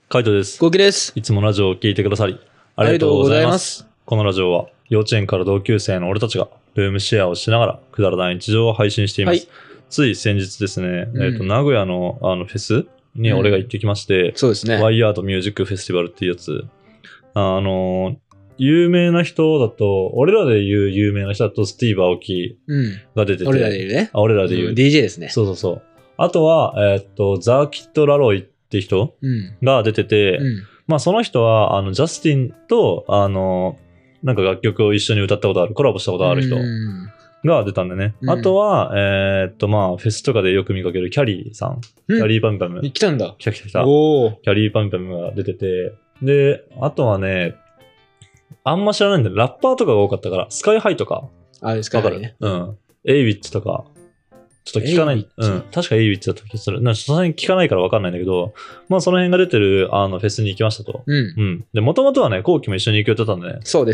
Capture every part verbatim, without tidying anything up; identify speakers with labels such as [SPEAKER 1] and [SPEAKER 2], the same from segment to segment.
[SPEAKER 1] カイトです。
[SPEAKER 2] ゴキです。
[SPEAKER 1] いつもラジオを聞いてくださりありがとうございます。ますこのラジオは幼稚園から同級生の俺たちがルームシェアをしながらくだらない日常を配信しています。はい、つい先日ですね、うん、えーと、名古屋のあのフェスに俺が行ってきまして、うん、
[SPEAKER 2] そうですね。
[SPEAKER 1] ワイヤードミュージックフェスティバルっていうやつ。あのー、有名な人だと、俺らで言う有名な人だとスティーブ・アオキが出てて、うん、
[SPEAKER 2] 俺らで言うね。
[SPEAKER 1] あ、俺らで言う、うん。
[SPEAKER 2] ディージェー ですね。
[SPEAKER 1] そうそうそう。あとは、えっ、ー、と、ザ・キッド・ラロイって人が出てて、うんうん、まあその人は、あの、ジャスティンと、あの、なんか楽曲を一緒に歌ったことある、コラボしたことある人が出たんでね。うん、あとは、えー、っと、まあ、フェスとかでよく見かけるキャリーさん。キャリーパンパム。
[SPEAKER 2] 来たんだ。
[SPEAKER 1] 来た来た来た。おー。キャリーパンパムが出てて、で、あとはね、あんま知らないんだよ。ラッパーとかが多かったから、スカイハイとか。
[SPEAKER 2] あ、スカイハイね。
[SPEAKER 1] うん。エイウィッチとか。ちょっと聞かない。うん。確かエイウィッチだった気がする。なんか、さすがに聞かないから分かんないんだけど、まあ、その辺が出てる、あの、フェスに行きましたと。うん。うん。で、もともとはね、後期も一緒に行く予定だったんでね。
[SPEAKER 2] そうです。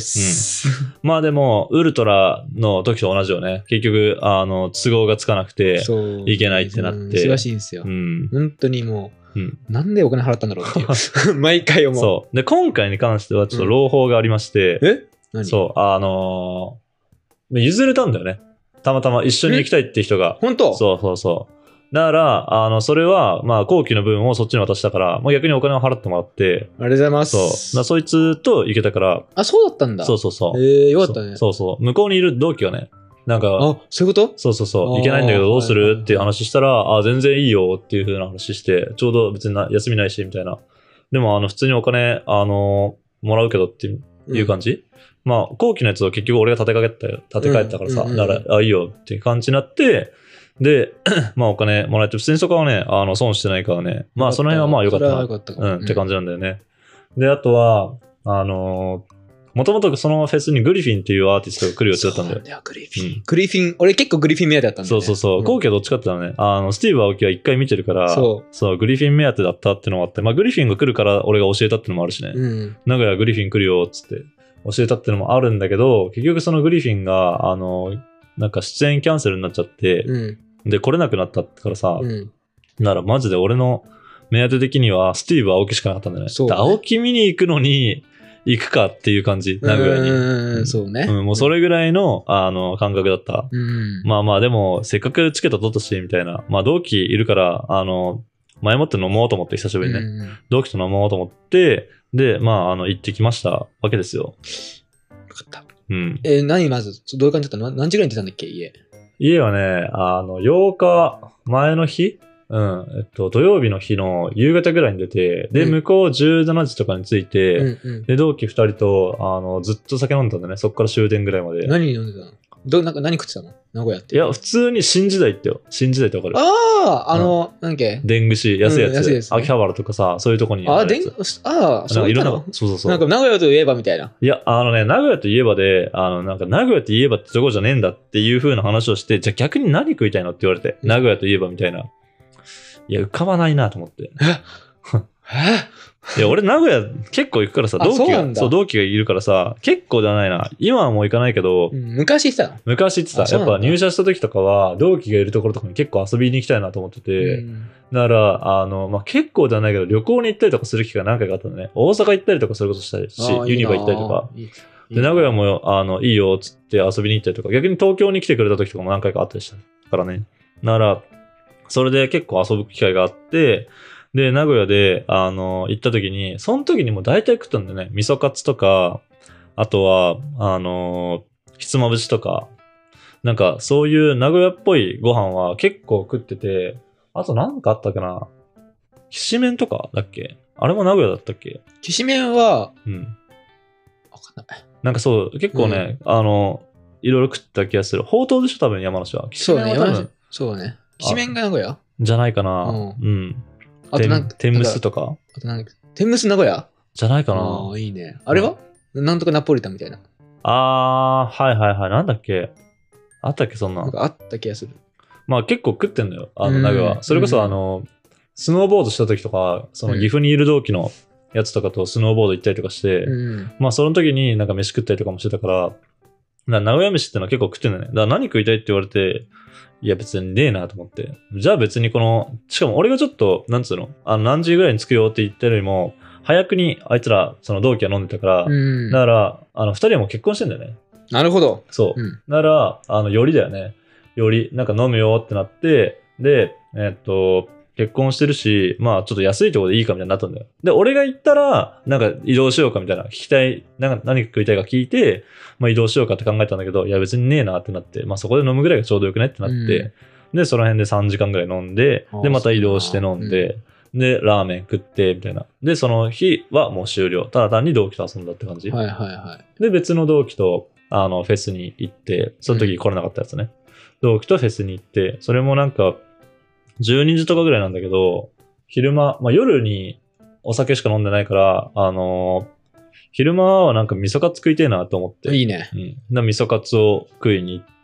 [SPEAKER 1] うん。まあでも、ウルトラの時と同じよね。結局、あの、都合がつかなくて、行けないってなって。
[SPEAKER 2] 忙しいんですよ。うん。本当にもう、うん、なんでお金払ったんだろうっていう。毎回思う。
[SPEAKER 1] そう。で、今回に関しては、ちょっと朗報がありまして、
[SPEAKER 2] うん、え何
[SPEAKER 1] そう、あのー、譲れたんだよね。たまたま一緒に行きたいって人が。
[SPEAKER 2] 本当？
[SPEAKER 1] そうそうそう。だから、あの、それは、まあ、後期の分をそっちに渡したから、まあ、逆にお金を払ってもらって。
[SPEAKER 2] ありがとうございます。
[SPEAKER 1] そう。だそいつと行けたから。
[SPEAKER 2] あ、そうだったんだ。
[SPEAKER 1] そうそうそう。
[SPEAKER 2] ええー、よかったね。
[SPEAKER 1] そうそう。向こうにいる同期がね、なんか、
[SPEAKER 2] あ、そういうこと？
[SPEAKER 1] そうそうそう。行けないんだけどどうするっていう話したら、あ、全然いいよっていう風な話して、ちょうど別にな休みないし、みたいな。でも、あの、普通にお金、あの、もらうけどっていう感じ、うん、まあ、後期のやつを結局俺が立てかけたよ。立て替えたからさ、うんうんうん、だから、あ、いいよっていう感じになって、で、まあお金もらえて、普通にそこはね、あの、損してないからね。まあその辺はまあ良かったな。
[SPEAKER 2] よかったか、
[SPEAKER 1] うん、って感じなんだよね。で、あとは、あのー、もともとそのフェスにグリフィンっていうアーティストが来る予定だったんだよ。
[SPEAKER 2] そうなんだよ、グリフィン。うん、グリフィン、俺結構グリフィン目当てだったんだよ、ね。
[SPEAKER 1] そうそうそう。後期はどっちかって言ったらね、あの、スティーブ・アオキは一回見てるから、そう。そう、グリフィン目当てだったってのもあって、まあグリフィンが来るから俺が教えたってのもあるしね。うん。名古屋グリフィン来るよ、つって。教えたってのもあるんだけど、結局そのグリフィンが、あの、なんか出演キャンセルになっちゃって、うん、で、来れなくなったからさ、うん、ならマジで俺の目当て的にはスティーブ・アオキしかなかったんだよね。そうね。アオキ見に行くのに行くかっていう感じ、名古屋に。
[SPEAKER 2] うん、そうね。
[SPEAKER 1] うん、もうそれぐらいの、あの、感覚だった。うん、まあまあでも、せっかくチケット取ったし、みたいな。まあ同期いるから、あの、前もって飲もうと思って、久しぶりにね。うん、同期と飲もうと思って、で、まあ、あの、行ってきましたわけですよ。
[SPEAKER 2] よかった。うん。えー、何まず、どういう感じだったの？何時ぐらいに出たんだっけ、家。
[SPEAKER 1] 家はね、あの、ようかまえの日うん。えっと、土曜日の日の夕方ぐらいに出て、で、うん、向こうじゅうしちじとかに着いて、うんうん、で、同期ふたりと、あの、ずっと酒飲んだんだね。そっから終電ぐらいまで。
[SPEAKER 2] 何飲んでたの？ど、なんか何食ってたの？名古屋って。
[SPEAKER 1] いや、普通に新時代ってよ。新時代ってわかる？
[SPEAKER 2] ああ、あの、うん、なんだっけ
[SPEAKER 1] 電串、安いやつ。うん、
[SPEAKER 2] 安いやつ、ね。
[SPEAKER 1] 秋葉原とかさ、そういうとこに
[SPEAKER 2] あ。あ、電、ああ、そういったの？
[SPEAKER 1] そうそうそう。
[SPEAKER 2] なんか名古屋といえばみたいな。
[SPEAKER 1] いや、あのね、名古屋といえばで、あの、なんか名古屋といえばってとこじゃねえんだっていう風な話をして、じゃあ逆に何食いたいのって言われて、うん、名古屋といえばみたいな。いや、浮かばないなと思って。えいや、俺名古屋結構行くからさ、同期が、そう、同期がいるからさ、結構じゃないな。今はもう行かないけど、
[SPEAKER 2] うん、昔行ってたの？
[SPEAKER 1] 昔行ってた。やっぱ入社した時とかは、同期がいるところとかに結構遊びに行きたいなと思ってて、うん、だから、あの、まあ、結構じゃないけど、旅行に行ったりとかする機会何回かあったのね。大阪行ったりとかすることしたりし、ユニバ行ったりとか。いいで、名古屋も、あの、いいよ、つって遊びに行ったりとか、逆に東京に来てくれた時とかも何回かあったりしたからね。だから、それで結構遊ぶ機会があって、で、名古屋で、あの、行った時に、その時にもう大体食ったんだよね。味噌カツとか、あとは、あの、ひつまぶしとか、なんかそういう名古屋っぽいご飯は結構食ってて、あとなんかあったっけな？きしめんとかだっけ？あれも名古屋だったっけ？
[SPEAKER 2] きしめんは、うん。わかんない。
[SPEAKER 1] なんかそう、結構ね、うん、あの、いろいろ食った気がする。ほうとうでしょ、多分山梨は。きしめんは多分。そうね、
[SPEAKER 2] そうね。きしめんが名古屋？
[SPEAKER 1] じゃないかな。うん。うん
[SPEAKER 2] あとなんか、
[SPEAKER 1] 天むすとか
[SPEAKER 2] あとなんか、天むす名古屋
[SPEAKER 1] じゃないかな。
[SPEAKER 2] ああ、いいね。あれは、うん、なんとかナポリタンみたいな。
[SPEAKER 1] あー、はいはいはい。なんだっけあったっけそんな。
[SPEAKER 2] なんかあった気がする。
[SPEAKER 1] まあ結構食ってんだよ。あの、名古屋。それこそあの、スノーボードした時とか、その岐阜にいる同期のやつとかとスノーボード行ったりとかして、うん、まあその時になんか飯食ったりとかもしてたから、 ら名古屋飯ってのは結構食ってんだよね。だから何食いたいって言われて、いや別にねえなと思って。じゃあ別にこの、しかも俺がちょっと、なんつうの、あの何時ぐらいに着くよって言ったよりも、早くにあいつら、その同期は飲んでたから、うん、だから、あの二人はもう結婚してんだよね。
[SPEAKER 2] なるほど。
[SPEAKER 1] そう。うん、だから、あの、よりだよね。より、なんか飲むよってなって、で、えー、っと、結婚してるし、まあちょっと安いところでいいかみたいになったんだよ。で、俺が行ったら、なんか移動しようかみたいな、聞きたい、なんか何食いたいか聞いて、まあ移動しようかって考えたんだけど、いや別にねえなってなって、まあそこで飲むぐらいがちょうどよくねってなって、うん、で、その辺でさんじかんぐらい飲んで、で、また移動して飲んで、うん、で、ラーメン食って、みたいな。で、その日はもう終了。ただ単に同期と遊んだって感じ。
[SPEAKER 2] はいはいはい。
[SPEAKER 1] で、別の同期と、あの、フェスに行って、その時来れなかったやつね。うん、同期とフェスに行って、それもなんか、じゅうにじとかぐらいなんだけど、昼間、まあ、夜にお酒しか飲んでないから、あのー、昼間はなんか味噌カツ食いてえなと思って。
[SPEAKER 2] いいね。
[SPEAKER 1] うん。で味噌カツを食いに行って、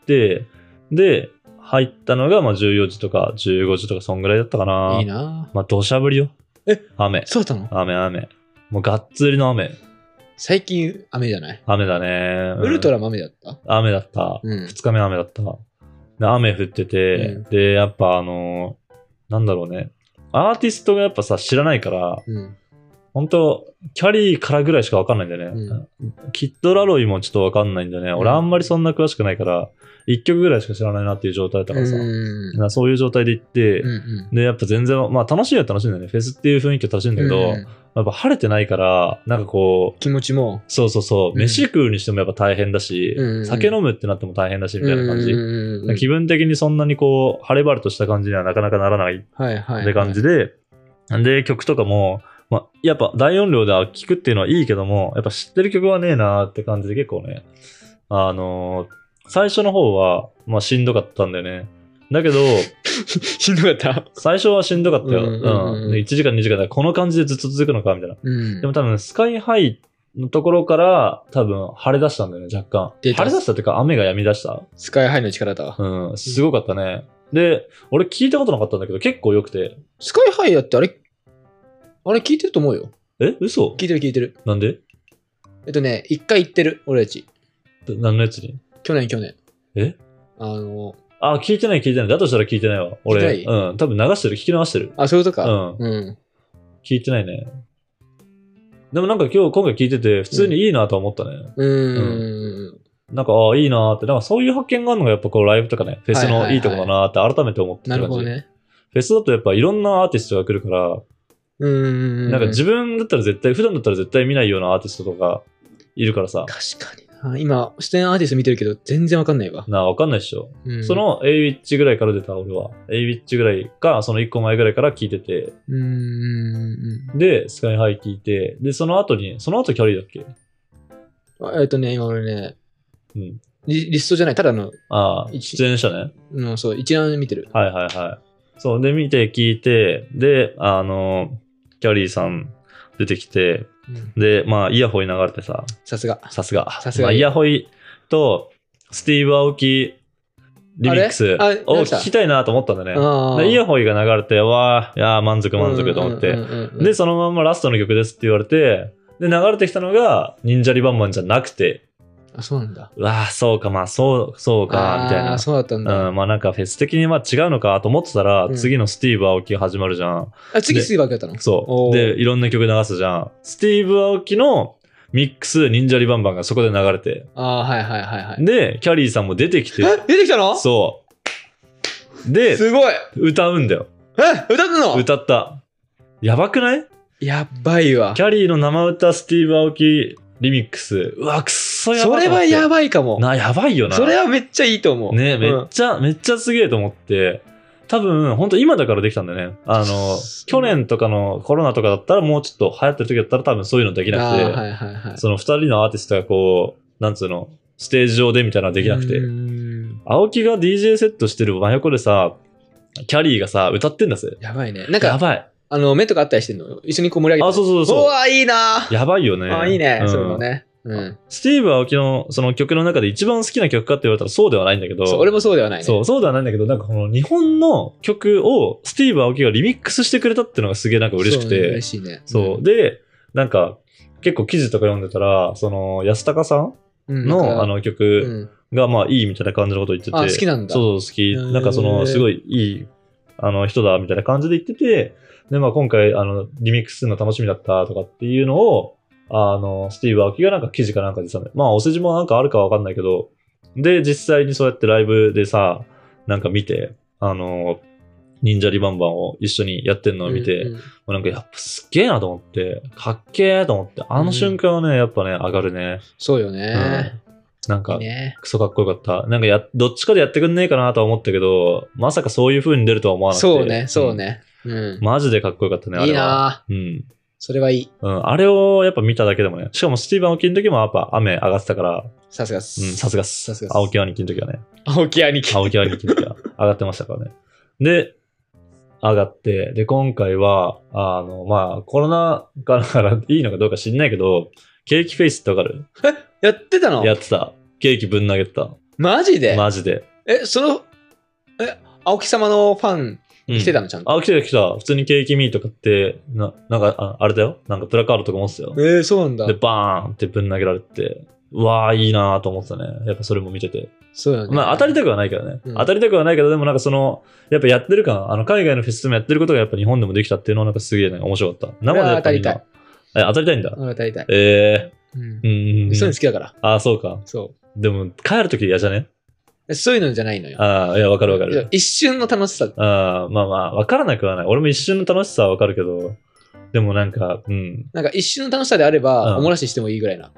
[SPEAKER 1] で、入ったのがまあじゅうよじとかじゅうごじとかそんぐらいだったかな。
[SPEAKER 2] いいな。
[SPEAKER 1] まあ土砂降りよ。
[SPEAKER 2] え
[SPEAKER 1] 雨。
[SPEAKER 2] そうだったの？
[SPEAKER 1] 雨雨。もうがっつりの雨。
[SPEAKER 2] 最近雨じゃない？
[SPEAKER 1] 雨だね。
[SPEAKER 2] ウルトラも雨だった？
[SPEAKER 1] 雨だった。うん、ふつかめ雨だった。で雨降ってて、うん、で、やっぱあのー、なんだろうね。アーティストがやっぱさ、知らないから、うん、本当キャリーからぐらいしかわかんないんだよね。うん、キッドラロイもちょっとわかんないんだよね。うん、俺あんまりそんな詳しくないから、一曲ぐらいしか知らないなっていう状態だったからさ。うん、そういう状態で行って、うんうん、で、やっぱ全然、まあ楽しいは楽しいんだよね。フェスっていう雰囲気は楽しいんだけど、うん、やっぱ晴れてないから、なんかこう、
[SPEAKER 2] 気持ちも。
[SPEAKER 1] そうそうそう、うん、飯食うにしてもやっぱ大変だし、うん、酒飲むってなっても大変だし、みたいな感じ。うん、気分的にそんなにこう、晴れ晴れとした感じにはなかなかならないって感じで、はいはいはい、で、曲とかも、まあ、やっぱ大音量で聴くっていうのはいいけども、やっぱ知ってる曲はねえなーって感じで結構ね、あのー、最初の方は、まあしんどかったんだよね。だけど、
[SPEAKER 2] しんどかった
[SPEAKER 1] 最初はしんどかったよ。うんうんうんうん。いちじかんにじかんでこの感じでずっと続くのかみたいな。うん、でも多分スカイハイのところから多分晴れ出したんだよね、若干。晴れ出したっていうか雨が止み出した。
[SPEAKER 2] スカイハイの力だ。
[SPEAKER 1] うん、すごかったね。で、俺聞いたことなかったんだけど結構良くて。
[SPEAKER 2] スカイハイだってあれ、あれ聞いてると思うよ。
[SPEAKER 1] え嘘？
[SPEAKER 2] 聞いてる聞いてる。
[SPEAKER 1] なんで？
[SPEAKER 2] えっとね、一回行ってる、俺たち。
[SPEAKER 1] 何のやつに？
[SPEAKER 2] 去年去年。
[SPEAKER 1] え？
[SPEAKER 2] あの、
[SPEAKER 1] あ、聞いてない聞いてない。だとしたら聞いてないわ。俺、うん。多分流してる、聞き流してる。
[SPEAKER 2] あ、そういうことか。
[SPEAKER 1] うん。うん。聞いてないね。でもなんか今日、今回聞いてて、普通にいいなとは思ったね。うん。うん、なんか、ああ、いいなーって。なんかそういう発見があるのがやっぱこうライブとかね、フェスのいいとこだなーって改めて思ってた感じ。なるほどね。フェスだとやっぱいろんなアーティストが来るから、うん。なんか自分だったら絶対、普段だったら絶対見ないようなアーティストとかいるからさ。
[SPEAKER 2] 確かに。今、出演アーティスト見てるけど、全然わかんないわ。
[SPEAKER 1] なあ、わかんないっしょ。うん、その エーウィッチ ぐらいから出た、俺は。エーウィッチ ぐらいか、そのいっこまえぐらいから聞いてて。うーんで、スカイハイ聞いて、で、その後に、その後キャリーだっけ？
[SPEAKER 2] えっとね、今俺ね、うん、リ, リストじゃない、ただの。
[SPEAKER 1] ああ、出演者ね。
[SPEAKER 2] うん、そう、一覧見てる。
[SPEAKER 1] はいはいはい。そう、で、見て聞いて、で、あの、キャリーさん出てきて、で、まあ、イヤホイ流れてさ。
[SPEAKER 2] さすが。
[SPEAKER 1] さすが。さすが。まあ、イヤホイと、スティーブ・アオキリミックスを聞きたいなと思ったんだね。でイヤホイが流れて、わー、いやー、満足満足と思って。で、そのままラストの曲ですって言われて、で、流れてきたのが、忍者リバンバンじゃなくて、
[SPEAKER 2] あ、そうなんだ。
[SPEAKER 1] うわあ、そうか、まあ、そう、そうか、みたいな。
[SPEAKER 2] ああ、そうだったんだ。
[SPEAKER 1] うん、まあなんかフェス的にまあ違うのかと思ってたら、うん、次のスティーブ・アオキが始まるじゃん。
[SPEAKER 2] あ、次スティーブ・アオキだったの？
[SPEAKER 1] そう。で、いろんな曲流すじゃん。スティーブ・アオキのミックス、忍者リバンバンがそこで流れて。
[SPEAKER 2] ああ、はいはいはいはい。
[SPEAKER 1] で、キャリーさんも出てきて。
[SPEAKER 2] え、出てきたの？
[SPEAKER 1] そう。で、
[SPEAKER 2] すごい。
[SPEAKER 1] 歌うんだよ。
[SPEAKER 2] え、歌ったの？
[SPEAKER 1] 歌った。やばくない？
[SPEAKER 2] やばいわ。
[SPEAKER 1] キャリーの生歌スティーブ・アオキリミックス。うわ、くっそやばい。
[SPEAKER 2] それはやばいかも。
[SPEAKER 1] な、やばいよな。
[SPEAKER 2] それはめっちゃいいと思う。
[SPEAKER 1] ね、めっちゃ、うん、めっちゃすげえと思って。多分、本当今だからできたんだよね。あの、去年とかのコロナとかだったらもうちょっと流行ってる時だったら多分そういうのできなくて。はいはいはい、その二人のアーティストがこう、なんつうの、ステージ上でみたいなのできなくて。青木が ディージェー セットしてる真横でさ、キャリーがさ、歌ってんだぜ。
[SPEAKER 2] やばいね。なんか、
[SPEAKER 1] やばい。
[SPEAKER 2] あの、目とかあったりしてんの？一緒にこう盛り上げて。
[SPEAKER 1] あ、そうそうそう。
[SPEAKER 2] うわ、いいな。
[SPEAKER 1] やばいよね。
[SPEAKER 2] あ、いいね。うん、そういうのね。うん、
[SPEAKER 1] スティーブ・アオキのその曲の中で一番好きな曲かって言われたらそうではないんだけど。
[SPEAKER 2] そう、俺もそうではないね。
[SPEAKER 1] そう、そうではないんだけど、なんかこの日本の曲をスティーブ・アオキがリミックスしてくれたっていうのがすげえなんか嬉しくて。
[SPEAKER 2] そうね、嬉しいね。
[SPEAKER 1] そう。で、なんか結構記事とか読んでたら、その安高さんのあの曲がまあいいみたいな感じのこと言ってて、
[SPEAKER 2] あ、好きなんだ。
[SPEAKER 1] そうそう好き。なんかそのすごいいいあの人だみたいな感じで言ってて、でまあ今回あのリミックスするの楽しみだったとかっていうのをあのスティーブ・アオキがなんか記事かなんかでさ、まあお世辞もなんかあるかわかんないけど、で実際にそうやってライブでさなんか見てあの忍者リバンバンを一緒にやってんのを見て、うんうん、もうなんかやっぱすっげえなと思って、かっけえと思って、あの瞬間はね、やっぱね、上がるね。
[SPEAKER 2] そうよね。
[SPEAKER 1] うん、なんか、いいね、クソかっこよかった。なんかや、どっちかでやってくんねえかなとは思ったけど、まさかそういう風に出るとは思わなくて。
[SPEAKER 2] そうね、そうね。うん。
[SPEAKER 1] マジでかっこよかったね、あれは。
[SPEAKER 2] いいな
[SPEAKER 1] うん。
[SPEAKER 2] それはいい。
[SPEAKER 1] うん。あれをやっぱ見ただけでもね、しかもスティーブン・アオキの時もやっぱ雨上がってたから、
[SPEAKER 2] さすがっす。
[SPEAKER 1] うん、さすがっす。さすがっす。青木兄貴の時はね。
[SPEAKER 2] 青木兄貴。
[SPEAKER 1] 青木兄貴の時は上がってましたからね。で、上がって、で、今回は、あの、まあ、コロナ禍だからいいのかどうか知んないけど、ケーキフェイスってわかる？
[SPEAKER 2] え、やってたの？
[SPEAKER 1] やってた。ケーキぶん投げてた。
[SPEAKER 2] マジで？
[SPEAKER 1] マジで。
[SPEAKER 2] え、その、え、青木様のファン来てたの、うん、ちゃんと？
[SPEAKER 1] あ、来てた来た。普通にケーキミーとかって、な、なんか、あ、あれだよ。なんかプラカードとか持ってたよ。
[SPEAKER 2] えー、そうなんだ。
[SPEAKER 1] で、バーンってぶん投げられて、うわー、いいなーと思ってたね。やっぱそれも見てて。
[SPEAKER 2] そうだね。
[SPEAKER 1] まあ当たりたくはないけどね、うん。当たりたくはないけど、でもなんかその、やっぱやってる感、あの海外のフェスでもやってることがやっぱ日本でもできたっていうのはなんかすげえね、面白かった。生でやっぱみんな。
[SPEAKER 2] 当たりたい。
[SPEAKER 1] え、当たりたいんだ。
[SPEAKER 2] 当たりたい。
[SPEAKER 1] ええー。
[SPEAKER 2] うん。そういうの好きだから。
[SPEAKER 1] ああ、そうか。
[SPEAKER 2] そう。
[SPEAKER 1] でも帰るとき嫌じゃね？
[SPEAKER 2] そういうのじゃないのよ。
[SPEAKER 1] ああ、いや、わかるわかる。
[SPEAKER 2] 一瞬の楽しさ。
[SPEAKER 1] ああ、まあまあ、わからなくはない。俺も一瞬の楽しさはわかるけど、でもなんか、うん。
[SPEAKER 2] なんか一瞬の楽しさであれば、うん、おもらししてもいいぐらいな。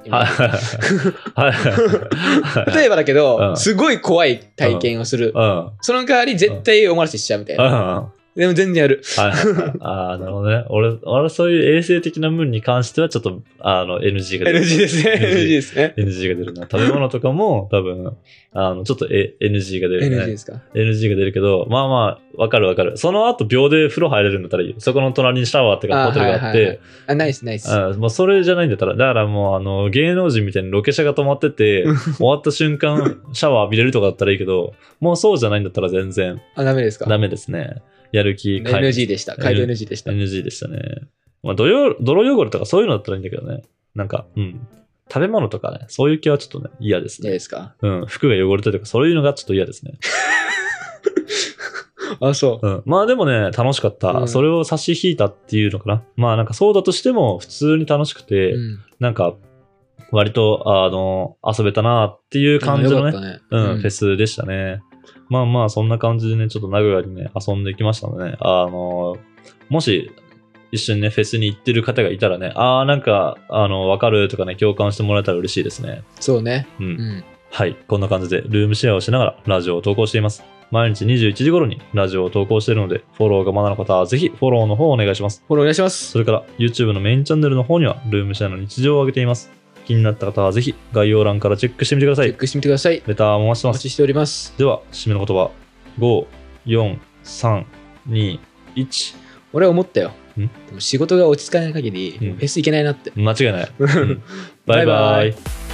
[SPEAKER 2] 例えばだけど、うん、すごい怖い体験をする。うん、その代わり絶対おもらししちゃうみたいな。でも全然やる。
[SPEAKER 1] ああ、なるほどね。俺、俺そういう衛生的な面に関してはちょっと、あの、エヌジー が出る。
[SPEAKER 2] エヌジー ですね。エヌジー ですね。
[SPEAKER 1] エヌジー が出るな。食べ物とかも多分、あの、ちょっと エヌジー が出るね。
[SPEAKER 2] エヌジー ですか。
[SPEAKER 1] エヌジー が出るけど、まあまあ、わかるわかる。その後秒で風呂入れるんだったらいいよ。そこの隣にシャワーってかホテルがあって。あ、はいはいはい、
[SPEAKER 2] あ、ナイスナイス。
[SPEAKER 1] あ、もうそれじゃないんだったら、だからもう、あの、芸能人みたいにロケ車が止まってて、終わった瞬間、シャワー浴びれるとかだったらいいけど、もうそうじゃないんだったら全然。
[SPEAKER 2] あ、ダメですか？
[SPEAKER 1] ダメですね。やる気。
[SPEAKER 2] エヌジー でした。解除 エヌジー でした。
[SPEAKER 1] エヌジー でしたね。まあ、泥汚れとかそういうのだったらいいんだけどね。なんか、うん。食べ物とかね、そういう気はちょっとね、嫌ですね。
[SPEAKER 2] 嫌ですか？
[SPEAKER 1] うん。服が汚れてとか、そういうのがちょっと嫌ですね。
[SPEAKER 2] あ、そう。
[SPEAKER 1] うん。まあでもね、楽しかった。うん、それを差し引いたっていうのかな。まあなんかそうだとしても、普通に楽しくて、うん、なんか、割と、あの、遊べたなっていう感じのね、ねうん、うん、フェスでしたね。まあまあ、そんな感じでね、ちょっと名古屋にね、遊んできましたのでね、あの、もし、一緒にね、フェスに行ってる方がいたらね、ああ、なんか、あの、わかるとかね、共感してもらえたら嬉しいですね。
[SPEAKER 2] そうね。
[SPEAKER 1] うん。うん、はい。こんな感じで、ルームシェアをしながら、ラジオを投稿しています。毎日にじゅういちじ頃にラジオを投稿しているので、フォローがまだの方はぜひフォローの方をお願いします。
[SPEAKER 2] フォローお願いします。
[SPEAKER 1] それから、YouTube のメインチャンネルの方には、ルームシェアの日常を上げています。気になった方はぜひ概要欄からチェックしてみてください。
[SPEAKER 2] チェックしてみてください。
[SPEAKER 1] レターもお待ちしてます。
[SPEAKER 2] お待ちしております。
[SPEAKER 1] では、締めの言葉。ご、よん、さん、に、いち。
[SPEAKER 2] 俺は思ったよ。ん？でも仕事が落ち着かない限り、うん、フェス行けないなって。
[SPEAKER 1] 間違いない。うん、バイバイ。バイバイ。